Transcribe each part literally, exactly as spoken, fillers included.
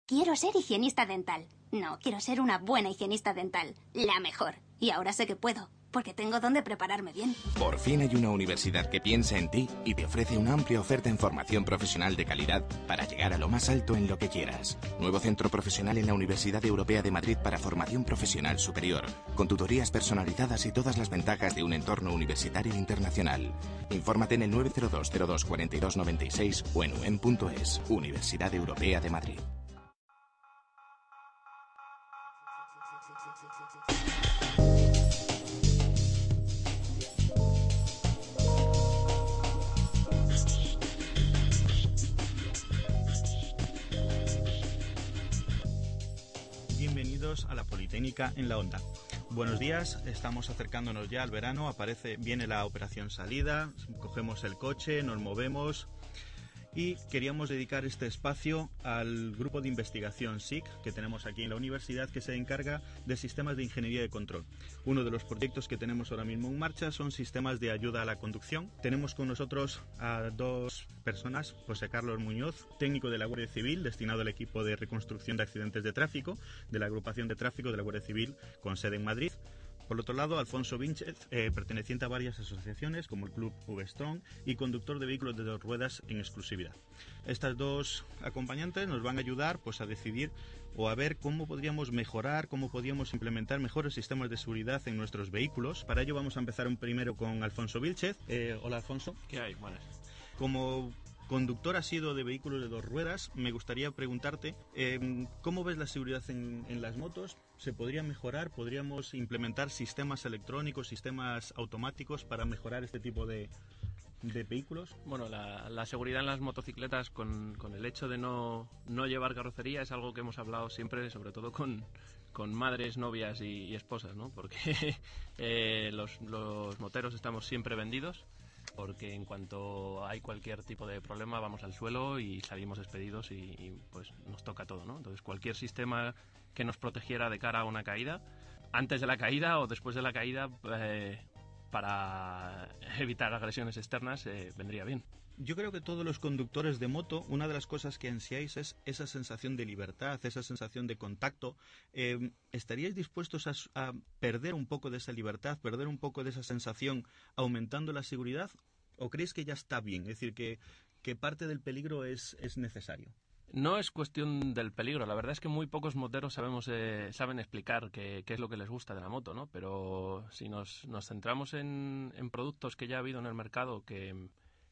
Quiero ser higienista dental. No, quiero ser una buena higienista dental. La mejor. Y ahora sé que puedo, porque tengo donde prepararme bien. Por fin hay una universidad que piensa en ti y te ofrece una amplia oferta en formación profesional de calidad para llegar a lo más alto en lo que quieras. Nuevo centro profesional en la Universidad Europea de Madrid para formación profesional superior, con tutorías personalizadas y todas las ventajas de un entorno universitario internacional. Infórmate en el nueve cero dos cero dos cuatro dos nueve seis o en u e m punto es. Universidad Europea de Madrid. Bienvenidos a la Politécnica en la Onda. Buenos días, estamos acercándonos ya al verano, aparece, viene la operación salida, cogemos el coche, nos movemos y queríamos dedicar este espacio al grupo de investigación S I C que tenemos aquí en la universidad, que se encarga de sistemas de ingeniería de control. Uno de los proyectos que tenemos ahora mismo en marcha son sistemas de ayuda a la conducción. Tenemos con nosotros a dos personas: José Carlos Muñoz, técnico de la Guardia Civil, destinado al equipo de reconstrucción de accidentes de tráfico de la agrupación de tráfico de la Guardia Civil con sede en Madrid. Por otro lado, Alfonso Vínchez, eh, perteneciente a varias asociaciones como el Club V-Strong y conductor de vehículos de dos ruedas en exclusividad. Estas dos acompañantes nos van a ayudar pues, a decidir o a ver cómo podríamos mejorar, cómo podríamos implementar mejores sistemas de seguridad en nuestros vehículos. Para ello vamos a empezar un primero con Alfonso Vínchez. Eh, hola, Alfonso. ¿Qué hay? Buenas. Como conductor asiduo de vehículos de dos ruedas, me gustaría preguntarte eh, ¿cómo ves la seguridad en, en las motos? ¿Se podría mejorar? ¿Podríamos implementar sistemas electrónicos, sistemas automáticos para mejorar este tipo de, de vehículos? Bueno, la, la seguridad en las motocicletas con, con el hecho de no, no llevar carrocería es algo que hemos hablado siempre, sobre todo con, con madres, novias y, y esposas, ¿no? Porque eh, los, los moteros estamos siempre vendidos, porque en cuanto hay cualquier tipo de problema vamos al suelo y salimos despedidos y, y pues nos toca todo, ¿no? Entonces cualquier sistema que nos protegiera de cara a una caída, antes de la caída o después de la caída, eh, para evitar agresiones externas, eh, vendría bien. Yo creo que todos los conductores de moto, una de las cosas que ansiáis es esa sensación de libertad, esa sensación de contacto. Eh, ¿Estaríais dispuestos a, a perder un poco de esa libertad, perder un poco de esa sensación aumentando la seguridad? ¿O creéis que ya está bien? Es decir, que, que parte del peligro es, es necesario. No es cuestión del peligro. La verdad es que muy pocos moteros sabemos eh, saben explicar qué, qué es lo que les gusta de la moto, ¿no? Pero si nos, nos centramos en, en productos que ya ha habido en el mercado que...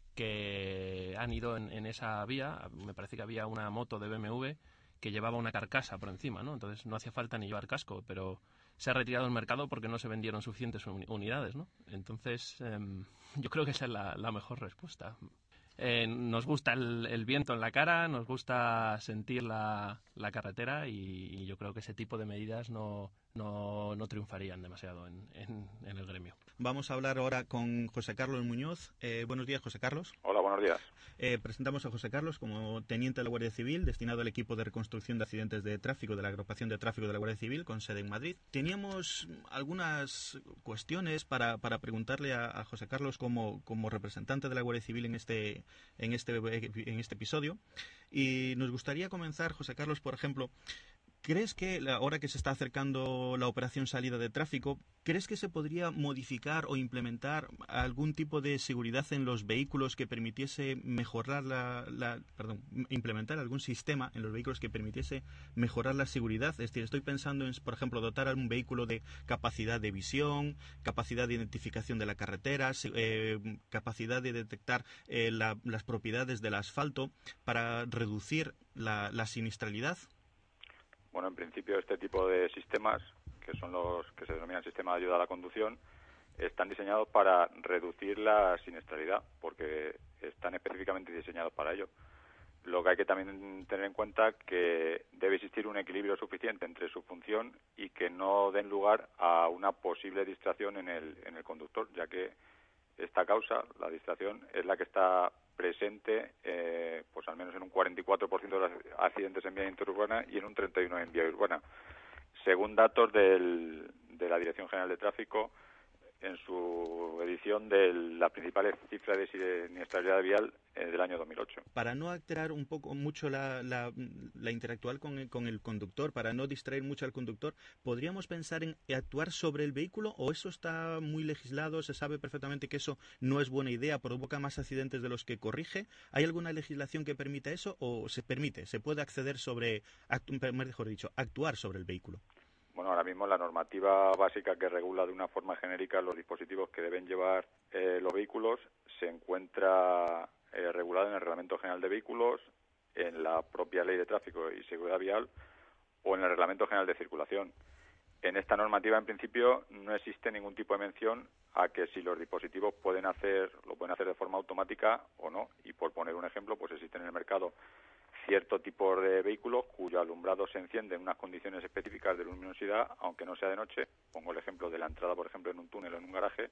que han ido en, en esa vía, me parece que había una moto de B M W que llevaba una carcasa por encima, ¿no? Entonces no hacía falta ni llevar casco, pero se ha retirado del mercado porque no se vendieron suficientes unidades, ¿no? Entonces eh, yo creo que esa es la, la mejor respuesta. Eh, nos gusta el, el viento en la cara, nos gusta sentir la, la carretera y, y yo creo que ese tipo de medidas no, no, no triunfarían demasiado en, en, en el gremio. Vamos a hablar ahora con José Carlos Muñoz. Eh, buenos días, José Carlos. Hola, buenos días. Eh, presentamos a José Carlos como teniente de la Guardia Civil, destinado al equipo de reconstrucción de accidentes de tráfico de la agrupación de tráfico de la Guardia Civil con sede en Madrid. Teníamos algunas cuestiones para, para preguntarle a, a José Carlos como, como representante de la Guardia Civil en este, en este, en este episodio. Y nos gustaría comenzar, José Carlos, por ejemplo, ¿crees que, ahora que se está acercando la operación salida de tráfico, ¿crees que se podría modificar o implementar algún tipo de seguridad en los vehículos que permitiese mejorar la, la perdón, implementar algún sistema en los vehículos que permitiese mejorar la seguridad? Es decir, estoy pensando en, por ejemplo, dotar a un vehículo de capacidad de visión, capacidad de identificación de la carretera, eh, capacidad de detectar eh, la, las propiedades del asfalto para reducir la, la siniestralidad. Bueno, en principio este tipo de sistemas, que son los que se denominan sistemas de ayuda a la conducción, están diseñados para reducir la siniestralidad, porque están específicamente diseñados para ello. Lo que hay que también tener en cuenta que debe existir un equilibrio suficiente entre su función y que no den lugar a una posible distracción en el, en el conductor, ya que esta causa, la distracción, es la que está presente eh, pues al menos en un cuarenta y cuatro por ciento de los accidentes en vía interurbana y en un treinta y uno por ciento en vía urbana. Según datos del, de la Dirección General de Tráfico, en su edición de las principales cifras de siniestralidad vial eh, del año dos mil ocho. Para no alterar un poco mucho la, la, la interactual con el, con el conductor, para no distraer mucho al conductor, ¿podríamos pensar en actuar sobre el vehículo o eso está muy legislado? ¿Se sabe perfectamente que eso no es buena idea, provoca más accidentes de los que corrige? ¿Hay alguna legislación que permita eso o se permite, se puede acceder sobre, mejor dicho, actuar sobre el vehículo? Bueno, ahora mismo la normativa básica que regula de una forma genérica los dispositivos que deben llevar eh, los vehículos se encuentra eh, regulada en el Reglamento General de Vehículos, en la propia Ley de Tráfico y Seguridad Vial o en el Reglamento General de Circulación. En esta normativa, en principio, no existe ningún tipo de mención a que si los dispositivos pueden hacer, lo pueden hacer de forma automática o no. Y por poner un ejemplo, pues existen en el mercado cierto tipo de vehículos cuyo alumbrado se enciende en unas condiciones específicas de luminosidad, aunque no sea de noche. Pongo el ejemplo de la entrada, por ejemplo, en un túnel o en un garaje,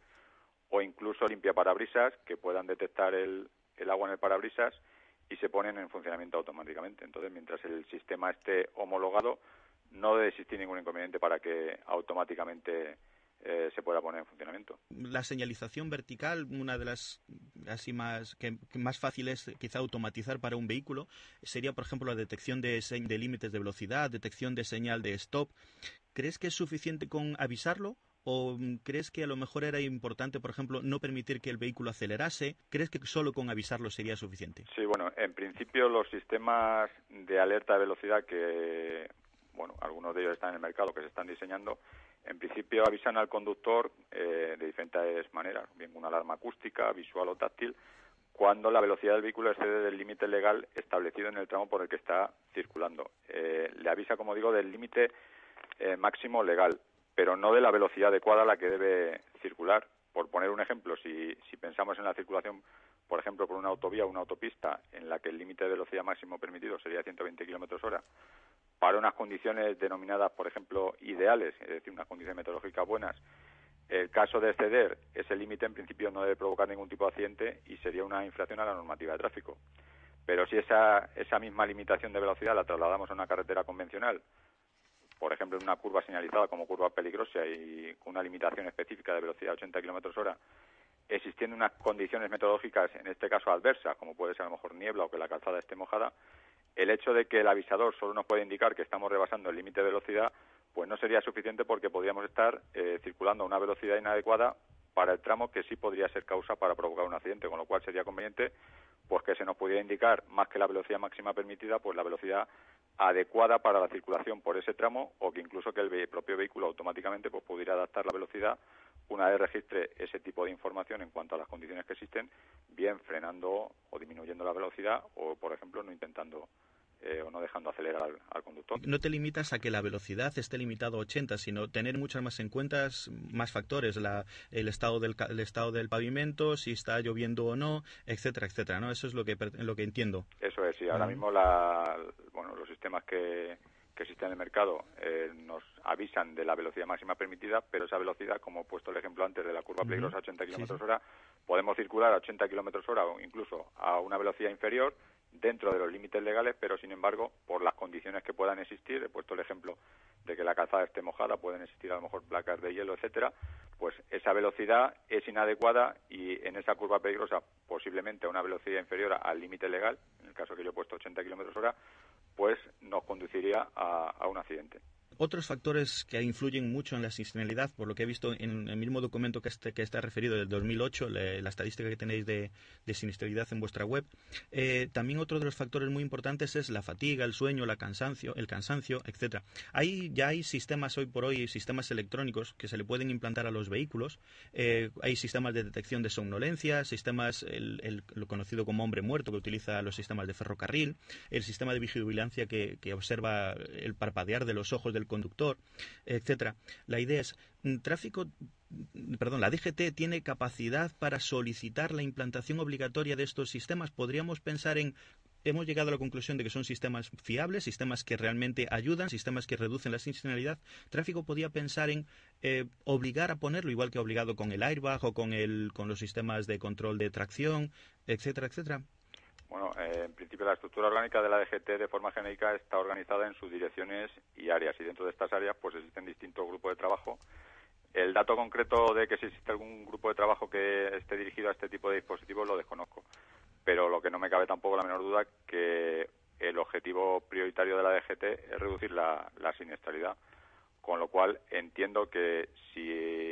o incluso limpiaparabrisas que puedan detectar el, el agua en el parabrisas y se ponen en funcionamiento automáticamente. Entonces, mientras el sistema esté homologado, no debe existir ningún inconveniente para que automáticamente Eh, se pueda poner en funcionamiento. La señalización vertical, una de las así más que, que más fácil es quizá automatizar para un vehículo, sería por ejemplo la detección de, de límites de velocidad, detección de señal de stop. ¿Crees que es suficiente con avisarlo? ¿O crees que a lo mejor era importante, por ejemplo, no permitir que el vehículo acelerase? ¿Crees que solo con avisarlo sería suficiente? Sí, bueno, en principio los sistemas de alerta de velocidad que, bueno, algunos de ellos están en el mercado, que se están diseñando, en principio avisan al conductor eh, de diferentes maneras, bien una alarma acústica, visual o táctil, cuando la velocidad del vehículo excede del límite legal establecido en el tramo por el que está circulando. Eh, le avisa, como digo, del límite eh, máximo legal, pero no de la velocidad adecuada a la que debe circular. Por poner un ejemplo, si, si pensamos en la circulación, por ejemplo, por una autovía o una autopista en la que el límite de velocidad máximo permitido sería ciento veinte kilómetros hora, para unas condiciones denominadas, por ejemplo, ideales, es decir, unas condiciones meteorológicas buenas, el caso de exceder ese límite en principio no debe provocar ningún tipo de accidente y sería una infracción a la normativa de tráfico. Pero si esa, esa misma limitación de velocidad la trasladamos a una carretera convencional, por ejemplo, en una curva señalizada como curva peligrosa y con una limitación específica de velocidad de ochenta kilómetros hora, existiendo unas condiciones meteorológicas, en este caso adversas, como puede ser a lo mejor niebla o que la calzada esté mojada, el hecho de que el avisador solo nos puede indicar que estamos rebasando el límite de velocidad, pues no sería suficiente porque podríamos estar eh, circulando a una velocidad inadecuada para el tramo que sí podría ser causa para provocar un accidente, con lo cual sería conveniente pues que se nos pudiera indicar, más que la velocidad máxima permitida, pues la velocidad adecuada para la circulación por ese tramo, o que incluso que el ve- propio vehículo automáticamente pues pudiera adaptar la velocidad una vez registre ese tipo de información en cuanto a las condiciones que existen, bien frenando o disminuyendo la velocidad o, por ejemplo, no intentando eh, o no dejando acelerar al, al conductor. No te limitas a que la velocidad esté limitada a ochenta, sino tener muchas más en cuenta más factores, la, el, estado del, el estado del pavimento, si está lloviendo o no, etcétera, etcétera, ¿no? Eso es lo que, lo que entiendo. Eso es, sí. Ahora uh-huh. mismo la, bueno, los sistemas que, que existen en el mercado eh, nos avisan de la velocidad máxima permitida, pero esa velocidad, como he puesto el ejemplo antes de la curva peligrosa a ochenta kilómetros hora, sí, sí. podemos circular a ochenta kilómetros hora o incluso a una velocidad inferior dentro de los límites legales, pero sin embargo, por las condiciones que puedan existir, he puesto el ejemplo de que la calzada esté mojada, pueden existir a lo mejor placas de hielo, etcétera, pues esa velocidad es inadecuada y en esa curva peligrosa, posiblemente a una velocidad inferior al límite legal, en el caso que yo he puesto ochenta kilómetros hora, pues nos conduciría a, a un accidente. Otros factores que influyen mucho en la sinistralidad, por lo que he visto en el mismo documento que, este, que está referido del dos mil ocho, le, la estadística que tenéis de, de sinistralidad en vuestra web, eh, también otro de los factores muy importantes es la fatiga, el sueño, la cansancio, el cansancio, etcétera. Hay, ya hay sistemas hoy por hoy, sistemas electrónicos que se le pueden implantar a los vehículos. Eh, hay sistemas de detección de somnolencia, sistemas, el, el, lo conocido como hombre muerto, que utiliza los sistemas de ferrocarril, el sistema de vigilancia que, que observa el parpadear de los ojos del conductor, etcétera. La idea es, tráfico, perdón, la D G T tiene capacidad para solicitar la implantación obligatoria de estos sistemas. Podríamos pensar en, hemos llegado a la conclusión de que son sistemas fiables, sistemas que realmente ayudan, sistemas que reducen la sinistralidad. Tráfico podía pensar en eh, obligar a ponerlo, igual que obligado con el airbag o con el, con los sistemas de control de tracción, etcétera, etcétera. Bueno, eh, en principio la estructura orgánica de la D G T de forma genérica está organizada en sus direcciones y áreas, y dentro de estas áreas pues existen distintos grupos de trabajo el dato concreto de que si existe algún grupo de trabajo que esté dirigido a este tipo de dispositivos lo desconozco. Pero lo que no me cabe tampoco la menor duda que el objetivo prioritario de la D G T es reducir la, la siniestralidad. Con lo cual entiendo que si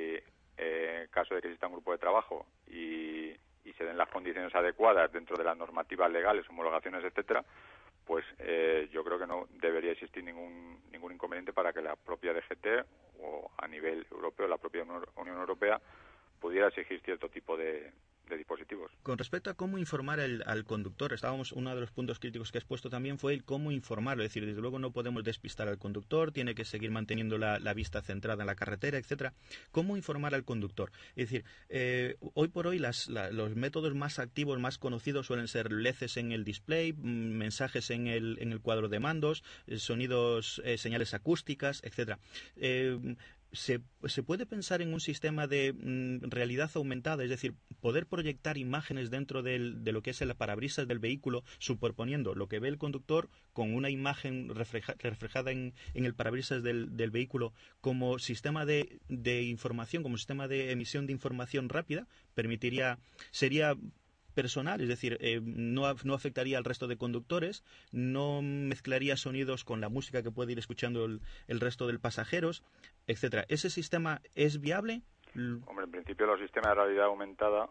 eh, en caso de que exista un grupo de trabajo y, y se den las condiciones adecuadas dentro de las normativas legales, homologaciones, etcétera, pues eh, yo creo que no debería existir ningún ningún inconveniente para que la propia D G T o a nivel europeo, la propia Unión Europea, pudiera exigir cierto tipo de, de dispositivos. Con respecto a cómo informar el, al conductor, estábamos uno de los puntos críticos que has puesto también fue el cómo informarlo, es decir, desde luego no podemos despistar al conductor, tiene que seguir manteniendo la, la vista centrada en la carretera, etcétera. ¿Cómo informar al conductor? Es decir, eh, hoy por hoy las, la, los métodos más activos, más conocidos suelen ser leces en el display, mensajes en el, en el cuadro de mandos, sonidos, eh, señales acústicas, etcétera. Eh, Se, se puede pensar en un sistema de mm, realidad aumentada, es decir, poder proyectar imágenes dentro del, de lo que es el parabrisas del vehículo, superponiendo lo que ve el conductor con una imagen refleja, reflejada en, en el parabrisas del, del vehículo como sistema de, de información, como sistema de emisión de información rápida, permitiría, sería personal, es decir, eh, no, no afectaría al resto de conductores, no mezclaría sonidos con la música que puede ir escuchando el, el resto de pasajeros, etcétera. ¿Ese sistema es viable? Hombre, en principio los sistemas de realidad aumentada,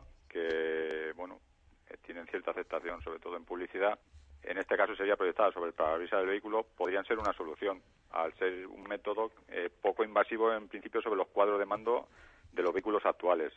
que bueno, eh, tienen cierta aceptación, sobre todo en publicidad, en este caso sería proyectada sobre el parabrisas del vehículo, podrían ser una solución, al ser un método eh, poco invasivo en principio sobre los cuadros de mando de los vehículos actuales.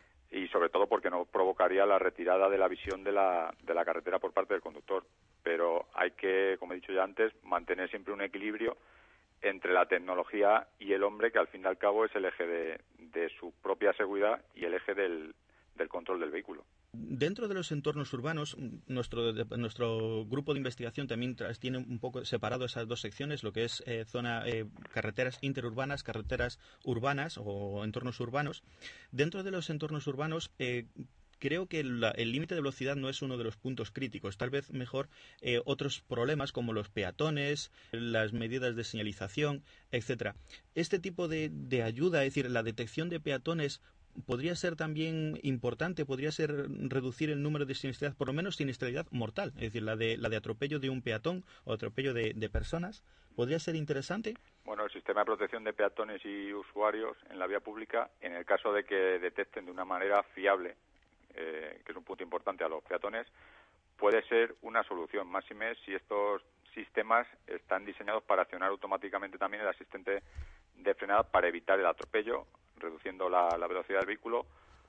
Y sobre todo porque no provocaría la retirada de la visión de la, de la carretera por parte del conductor. Pero hay que, como he dicho ya antes, mantener siempre un equilibrio entre la tecnología y el hombre, que al fin y al cabo es el eje de, de su propia seguridad y el eje del, del control del vehículo. Dentro de los entornos urbanos, nuestro nuestro grupo de investigación también tiene un poco separado esas dos secciones, lo que es eh, zona eh, carreteras interurbanas, carreteras urbanas o entornos urbanos. Dentro de los entornos urbanos, eh, creo que la, el límite de velocidad no es uno de los puntos críticos. Tal vez mejor eh, otros problemas como los peatones, las medidas de señalización, etcétera. Este tipo de, de ayuda, es decir, la detección de peatones, podría ser también importante, podría ser reducir el número de siniestralidad, por lo menos siniestralidad mortal, es decir, la de la de atropello de un peatón o atropello de, de personas, podría ser interesante. Bueno, el sistema de protección de peatones y usuarios en la vía pública, en el caso de que detecten de una manera fiable, eh, que es un punto importante a los peatones, puede ser una solución, máxime si estos sistemas están diseñados para accionar automáticamente también el asistente de frenada para evitar el atropello, reduciendo la, la velocidad del vehículo,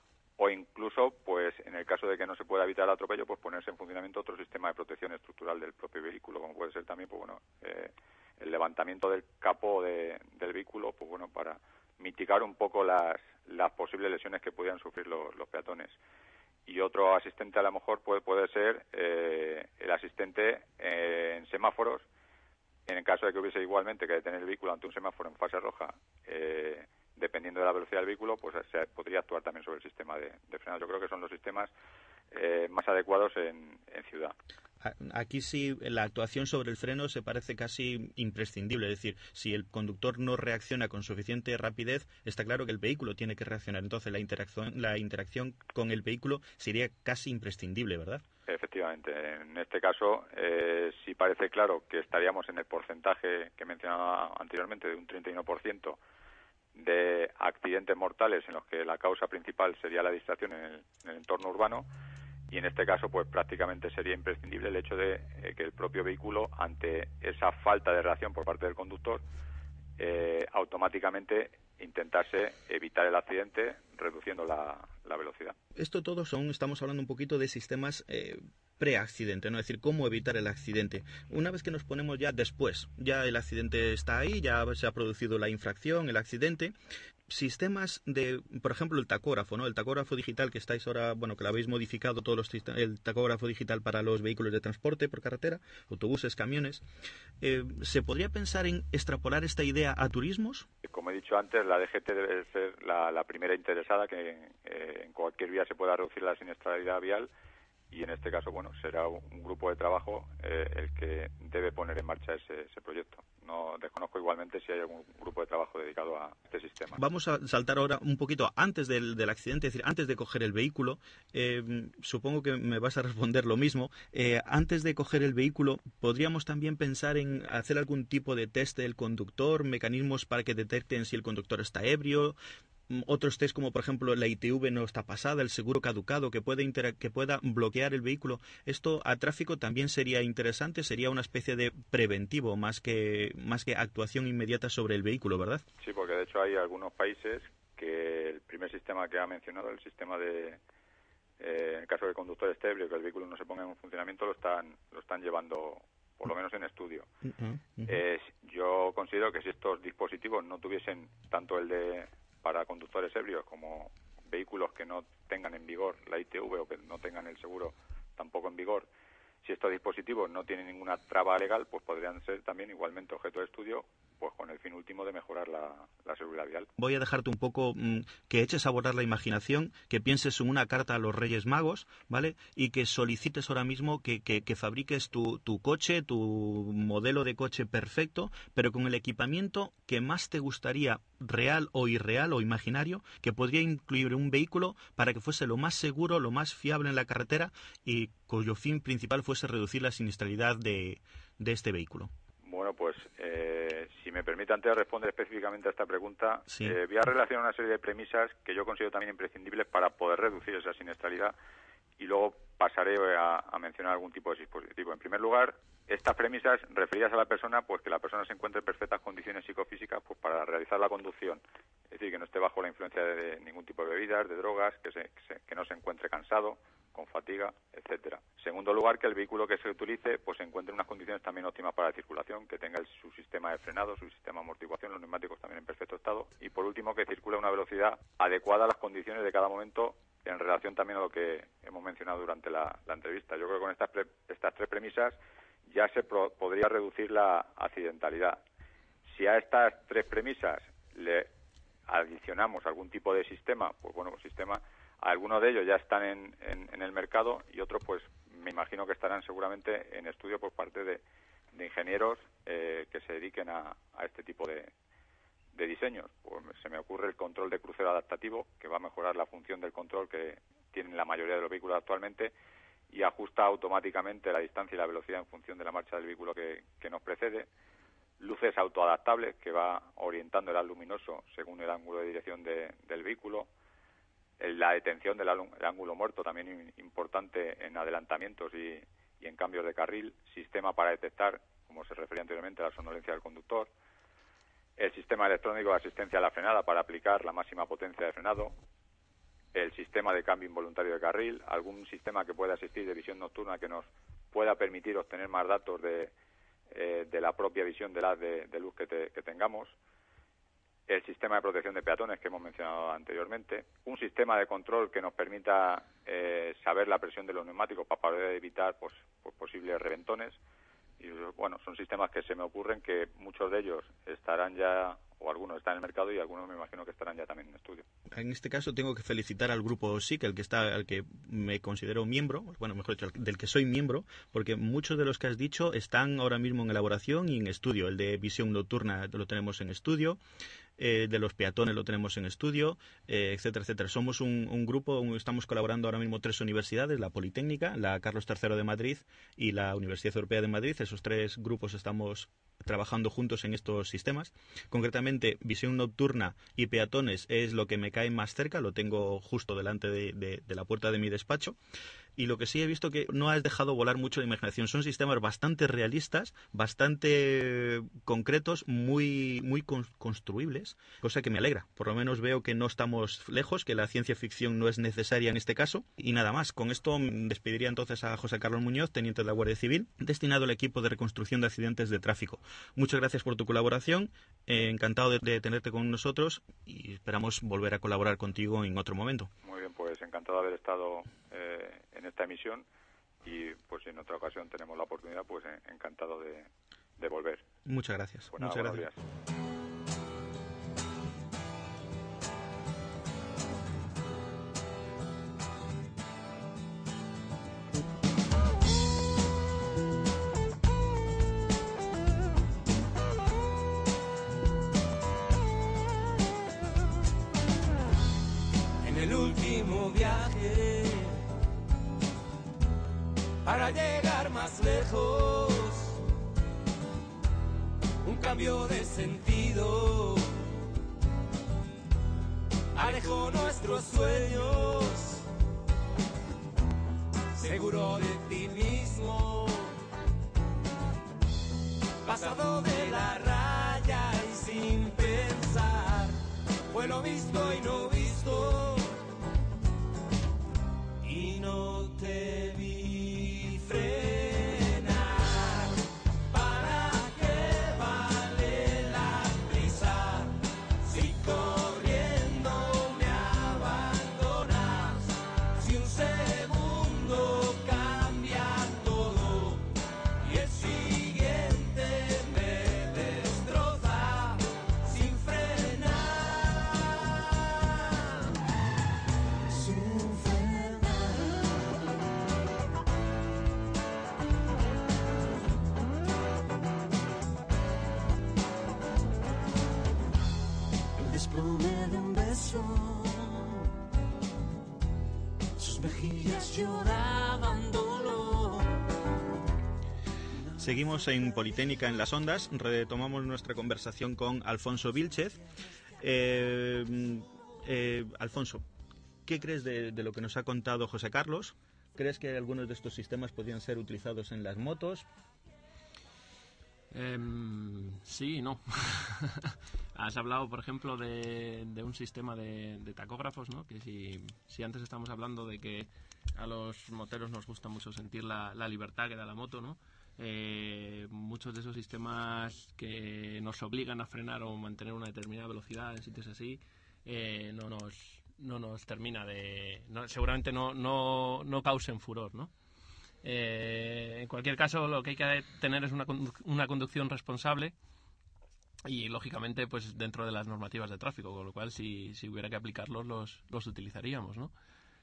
o incluso, pues en el caso de que no se pueda evitar el atropello, pues ponerse en funcionamiento otro sistema de protección estructural del propio vehículo, como puede ser también, pues bueno, eh, el levantamiento del capó de, del vehículo, pues bueno, para mitigar un poco las, las posibles lesiones que pudieran sufrir los, los peatones. Y otro asistente a lo mejor puede, puede ser eh, el asistente eh, en semáforos, en el caso de que hubiese igualmente que detener el vehículo ante un semáforo en fase roja, eh, dependiendo de la velocidad del vehículo, pues se podría actuar también sobre el sistema de, de frenado. Yo creo que son los sistemas eh, más adecuados en, en ciudad. Aquí sí, la actuación sobre el freno se parece casi imprescindible. Es decir, si el conductor no reacciona con suficiente rapidez, está claro que el vehículo tiene que reaccionar. Entonces, la interacción, la interacción con el vehículo sería casi imprescindible, ¿verdad? Efectivamente. En este caso, eh, sí parece claro que estaríamos en el porcentaje que mencionaba anteriormente, de un treinta y uno por ciento de accidentes mortales en los que la causa principal sería la distracción en el, en el entorno urbano. Y en este caso, pues prácticamente sería imprescindible el hecho de eh, que el propio vehículo, ante esa falta de reacción por parte del conductor, eh, automáticamente intentase evitar el accidente reduciendo la, la velocidad. Esto todo son, estamos hablando un poquito de sistemas eh, pre-accidente, ¿no? Es decir, cómo evitar el accidente. Una vez que nos ponemos ya después, ya el accidente está ahí, ya se ha producido la infracción, el accidente. Sistemas de, por ejemplo, el tacógrafo, ¿no? El tacógrafo digital que estáis ahora, bueno, que lo habéis modificado todos los el tacógrafo digital para los vehículos de transporte por carretera, autobuses, camiones. Eh, ¿Se podría pensar en extrapolar esta idea a turismos? Como he dicho antes, la D G T debe ser la, la primera interesada que eh, en cualquier vía se pueda reducir la siniestralidad vial, y en este caso, bueno, será un grupo de trabajo eh, el que debe poner en marcha ese, ese proyecto. No desconozco igual igualmente si hay algún grupo de trabajo dedicado a este sistema. Vamos a saltar ahora un poquito antes del, del accidente, es decir, antes de coger el vehículo. Eh, supongo que me vas a responder lo mismo. Eh, antes de coger el vehículo, ¿podríamos también pensar en hacer algún tipo de test del conductor, mecanismos para que detecten si el conductor está ebrio? Otros test como por ejemplo la I T V no está pasada, el seguro caducado, que puede intera- que pueda bloquear el vehículo. Esto a tráfico también sería interesante, sería una especie de preventivo más que más que actuación inmediata sobre el vehículo, ¿verdad? Sí, porque de hecho hay algunos países que el primer sistema que ha mencionado, el sistema de eh, en caso de que el conductor esté ebrio, que el vehículo no se ponga en funcionamiento, lo están lo están llevando por lo menos en estudio. Uh-huh, uh-huh. Eh, yo considero que si estos dispositivos no tuviesen tanto el de para conductores ebrios como vehículos que no tengan en vigor la I T V o que no tengan el seguro tampoco en vigor, si estos dispositivos no tienen ninguna traba legal, pues podrían ser también igualmente objeto de estudio, pues con el fin último de mejorar la, la seguridad vial. Voy a dejarte un poco mmm, que eches a volar la imaginación, que pienses en una carta a los Reyes Magos, ¿vale? Y que solicites ahora mismo que, que, que fabriques tu, tu coche, tu modelo de coche perfecto, pero con el equipamiento que más te gustaría, real o irreal o imaginario, que podría incluir un vehículo para que fuese lo más seguro, lo más fiable en la carretera y cuyo fin principal fuese reducir la siniestralidad de, de este vehículo. Bueno, pues eh, si me permite antes de responder específicamente a esta pregunta, sí. eh, voy a relacionar una serie de premisas que yo considero también imprescindibles para poder reducir esa siniestralidad y luego pasaré a, a mencionar algún tipo de dispositivo. En primer lugar, estas premisas referidas a la persona, pues que la persona se encuentre en perfectas condiciones psicofísicas pues para realizar la conducción, es decir, que no esté bajo la influencia de, de ningún tipo de bebidas, de drogas, que, se, que, se, que no se encuentre cansado, con fatiga, etcétera. En segundo lugar, que el vehículo que se utilice pues se encuentre en unas condiciones también óptimas para la circulación, que tenga el, su sistema de frenado, su sistema de amortiguación, los neumáticos también en perfecto estado y por último que circule a una velocidad adecuada a las condiciones de cada momento en relación también a lo que hemos mencionado durante la, la entrevista. Yo creo que con estas, pre, estas tres premisas ya se pro, podría reducir la accidentalidad. Si a estas tres premisas le adicionamos algún tipo de sistema, pues bueno, pues sistema, algunos de ellos ya están en, en, en el mercado y otros pues me imagino que estarán seguramente en estudio por parte de, de ingenieros eh, que se dediquen a, a este tipo de, de diseños. Pues se me ocurre el control de crucero adaptativo, que va a mejorar la función del control que tienen la mayoría de los vehículos actualmente y ajusta automáticamente la distancia y la velocidad en función de la marcha del vehículo que, que nos precede. Luces autoadaptables, que va orientando el haz luminoso según el ángulo de dirección de, del vehículo. La detención del ángulo muerto, también importante en adelantamientos y, y en cambios de carril. Sistema para detectar, como se refería anteriormente, la somnolencia del conductor. El sistema electrónico de asistencia a la frenada para aplicar la máxima potencia de frenado. El sistema de cambio involuntario de carril. Algún sistema que pueda asistir de visión nocturna que nos pueda permitir obtener más datos de, eh, de la propia visión del haz de, de luz que, te, que tengamos. El sistema de protección de peatones que hemos mencionado anteriormente, un sistema de control que nos permita eh, saber la presión de los neumáticos para poder evitar pues, pues posibles reventones. Y bueno, son sistemas que se me ocurren que muchos de ellos estarán ya, o algunos están en el mercado y algunos me imagino que estarán ya también en estudio. En este caso tengo que felicitar al grupo S I C, el que está, al que me considero miembro, bueno, mejor dicho, del que soy miembro, porque muchos de los que has dicho están ahora mismo en elaboración y en estudio. El de visión nocturna lo tenemos en estudio. Eh, de los peatones lo tenemos en estudio, eh, etcétera, etcétera. Somos un, un grupo, un, estamos colaborando ahora mismo tres universidades, la Politécnica, la Carlos tercero de Madrid y la Universidad Europea de Madrid. Esos tres grupos estamos trabajando juntos en estos sistemas. Concretamente, visión nocturna y peatones es lo que me cae más cerca, lo tengo justo delante de, de, de la puerta de mi despacho. Y lo que sí he visto que no has dejado volar mucho la imaginación. Son sistemas bastante realistas, bastante concretos, muy, muy construibles, cosa que me alegra. Por lo menos veo que no estamos lejos, que la ciencia ficción no es necesaria en este caso. Y nada más. Con esto despediría entonces a José Carlos Muñoz, teniente de la Guardia Civil, destinado al equipo de reconstrucción de accidentes de tráfico. Muchas gracias por tu colaboración. Eh, encantado de, de tenerte con nosotros y esperamos volver a colaborar contigo en otro momento. Muy bien, pues encantado de haber estado eh, en esta emisión y pues si en otra ocasión tenemos la oportunidad, pues eh, encantado de, de volver. Muchas gracias. Pues nada, Muchas gracias. gracias. de sentido, alejó nuestros sueños, seguro de ti mismo, pasado de la raya y sin pensar, fue lo visto y no visto, y no te vi frenar. ¿Para qué vale la prisa si corriendo me abandonas? Si un segundo cambia todo y el siguiente me destroza sin frenar, sin frenar. El desplome de un beso, sus mejillas lloraban dolor. Seguimos en Politécnica en las Ondas, retomamos nuestra conversación con Alfonso Vílchez. Eh, eh, Alfonso, ¿qué crees de, de lo que nos ha contado José Carlos? ¿Crees que algunos de estos sistemas podrían ser utilizados en las motos? Em, sí y no. Has hablado, por ejemplo, de, de un sistema de, de tacógrafos, ¿no? Que si, si antes estamos hablando de que a los moteros nos gusta mucho sentir la, la libertad que da la moto, ¿no? Eh, muchos de esos sistemas que nos obligan a frenar o mantener una determinada velocidad en sitios así, eh, no nos no nos termina de... No, seguramente no, no, no causen furor, ¿no? Eh, en cualquier caso, lo que hay que tener es una, condu- una conducción responsable y, lógicamente, pues dentro de las normativas de tráfico, con lo cual, si, si hubiera que aplicarlos, los, los utilizaríamos, ¿no?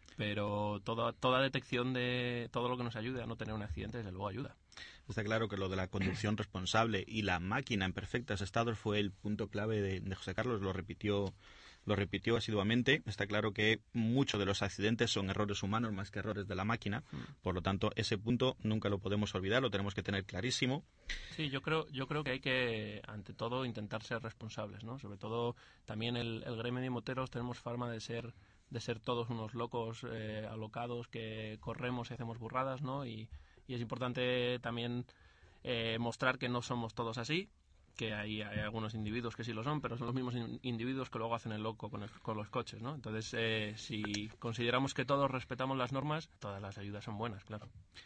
Pero toda, toda detección de todo lo que nos ayude a no tener un accidente, desde luego, ayuda. Está claro que lo de la conducción responsable y la máquina en perfectos estados fue el punto clave de, de José Carlos, lo repitió lo repitió asiduamente. Está claro que muchos de los accidentes son errores humanos más que errores de la máquina, por lo tanto ese punto nunca lo podemos olvidar, lo tenemos que tener clarísimo. Sí, yo creo yo creo que hay que, ante todo, intentar ser responsables, ¿no? Sobre todo, también el, el gremio de moteros tenemos fama de ser de ser todos unos locos eh, alocados que corremos y hacemos burradas, ¿no? Y, y es importante también eh, mostrar que no somos todos así, que hay, hay algunos individuos que sí lo son, pero son los mismos in- individuos que luego hacen el loco con, el, con los coches, ¿no? Entonces, eh, si consideramos que todos respetamos las normas, todas las ayudas son buenas, claro.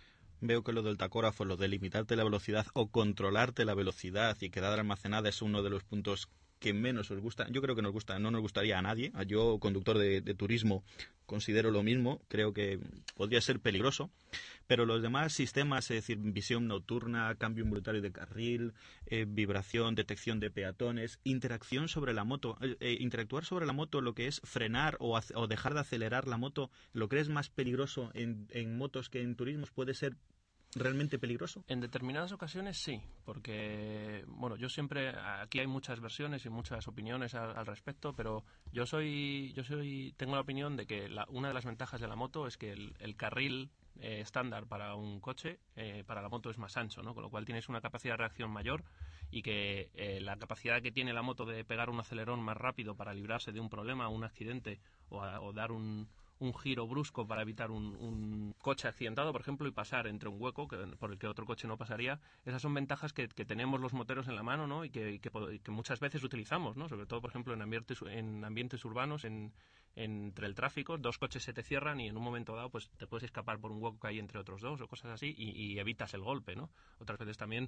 Veo que lo del tacógrafo, lo de limitarte la velocidad o controlarte la velocidad y quedar almacenada es uno de los puntos que menos os gusta. Yo creo que nos gusta, no nos gustaría a nadie. Yo, conductor de, de turismo, considero lo mismo. Creo que podría ser peligroso. Pero los demás sistemas, es decir, visión nocturna, cambio involuntario de carril, eh, vibración, detección de peatones, interacción sobre la moto, eh, eh, interactuar sobre la moto, lo que es frenar o, ac- o dejar de acelerar la moto, lo que es más peligroso en, en motos que en turismos puede ser realmente peligroso. En determinadas ocasiones sí, porque, bueno, yo siempre, aquí hay muchas versiones y muchas opiniones al, al respecto, pero yo soy, yo soy, tengo la opinión de que la, una de las ventajas de la moto es que el, el carril eh, estándar para un coche, eh, para la moto es más ancho, ¿no? Con lo cual tienes una capacidad de reacción mayor y que eh, la capacidad que tiene la moto de pegar un acelerón más rápido para librarse de un problema, un accidente o, a, o dar un un giro brusco para evitar un, un coche accidentado, por ejemplo, y pasar entre un hueco que, por el que otro coche no pasaría. Esas son ventajas que, que tenemos los moteros en la mano, ¿no? Y que, y que, y que muchas veces utilizamos, ¿no? Sobre todo, por ejemplo, en ambientes, en ambientes urbanos, en, entre el tráfico, dos coches se te cierran y en un momento dado pues te puedes escapar por un hueco que hay entre otros dos o cosas así y, y evitas el golpe, ¿no? Otras veces también,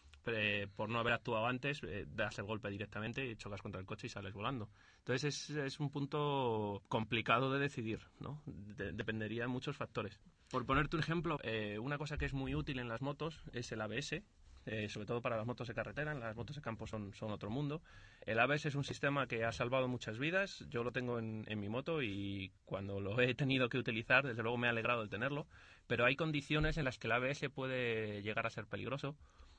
eh, por no haber actuado antes, eh, das el golpe directamente y chocas contra el coche y sales volando. Entonces es, es un punto complicado de decidir, ¿no? De, dependería de muchos factores. Por ponerte un ejemplo, eh, una cosa que es muy útil en las motos es el A B S, eh, sobre todo para las motos de carretera. Las motos de campo son, son otro mundo. El A B S es un sistema que ha salvado muchas vidas. Yo lo tengo en, en mi moto y cuando lo he tenido que utilizar, desde luego me ha alegrado el tenerlo, pero hay condiciones en las que el A B S puede llegar a ser peligroso,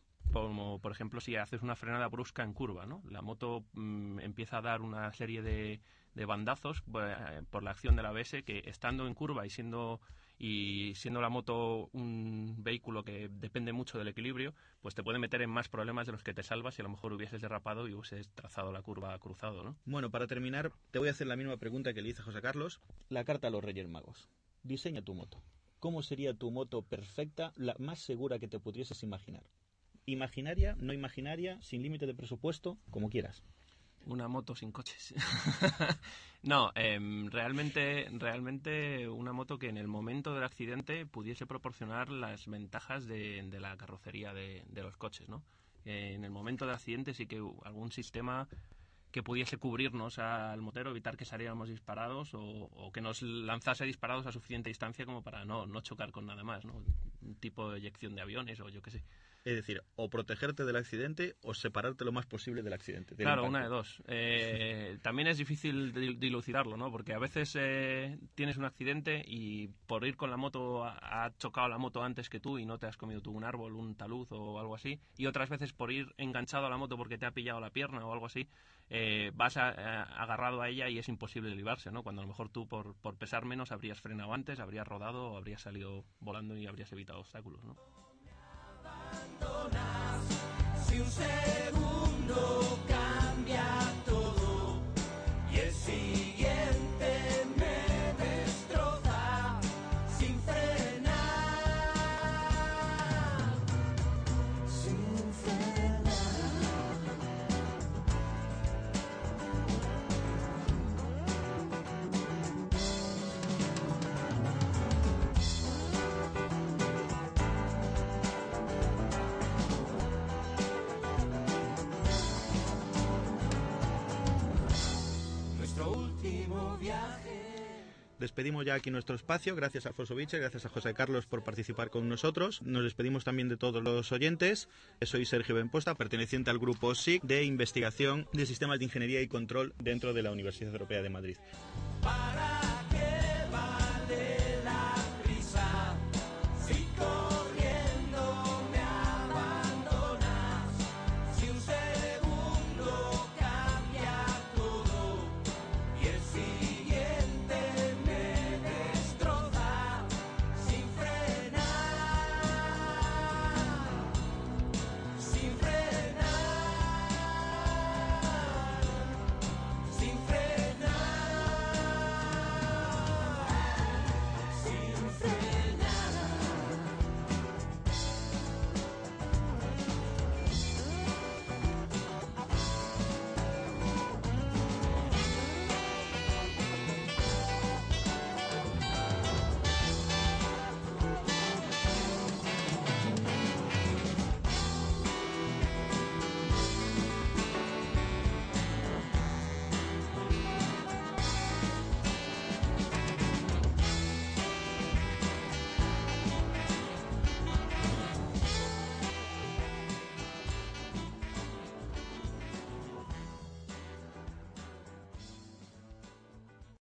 como por ejemplo si haces una frenada brusca en curva, ¿no? La moto mmm, empieza a dar una serie de, de bandazos eh, por la acción del A B S que, estando en curva y siendo y siendo la moto un vehículo que depende mucho del equilibrio, pues te puede meter en más problemas de los que te salvas si a lo mejor hubieses derrapado y hubieses trazado la curva cruzado, ¿no? Bueno, para terminar, te voy a hacer la misma pregunta que le hice a José Carlos. La carta a los Reyes Magos. Diseña tu moto. ¿Cómo sería tu moto perfecta, la más segura que te pudieses imaginar? Imaginaria, no imaginaria, sin límite de presupuesto, como quieras. Una moto sin coches. No, eh, realmente, realmente una moto que en el momento del accidente pudiese proporcionar las ventajas de, de la carrocería de, de los coches, ¿no? Eh, en el momento del accidente sí que algún sistema que pudiese cubrirnos al motero, evitar que saliéramos disparados o, o que nos lanzase disparados a suficiente distancia como para no, no chocar con nada más, ¿no? Un tipo de eyección de aviones o yo qué sé. Es decir, o protegerte del accidente o separarte lo más posible del accidente. Del claro, impacto. Una de dos. Eh, también es difícil dilucidarlo, ¿no? Porque a veces eh, tienes un accidente y por ir con la moto ha, ha chocado la moto antes que tú y no te has comido tú un árbol, un talud o algo así. Y otras veces por ir enganchado a la moto porque te ha pillado la pierna o algo así, eh, vas a, a, agarrado a ella y es imposible librarse, ¿no? Cuando a lo mejor tú por, por pesar menos habrías frenado antes, habrías rodado o habrías salido volando y habrías evitado obstáculos, ¿no? Si un segundo cambia todo y el siguiente me destroza sin frenar, sin frenar. Despedimos ya aquí nuestro espacio. Gracias a Alfonso Biche, gracias a José Carlos por participar con nosotros. Nos despedimos también de todos los oyentes. Soy Sergio Benposta, perteneciente al grupo S I C de Investigación de Sistemas de Ingeniería y Control dentro de la Universidad Europea de Madrid. Para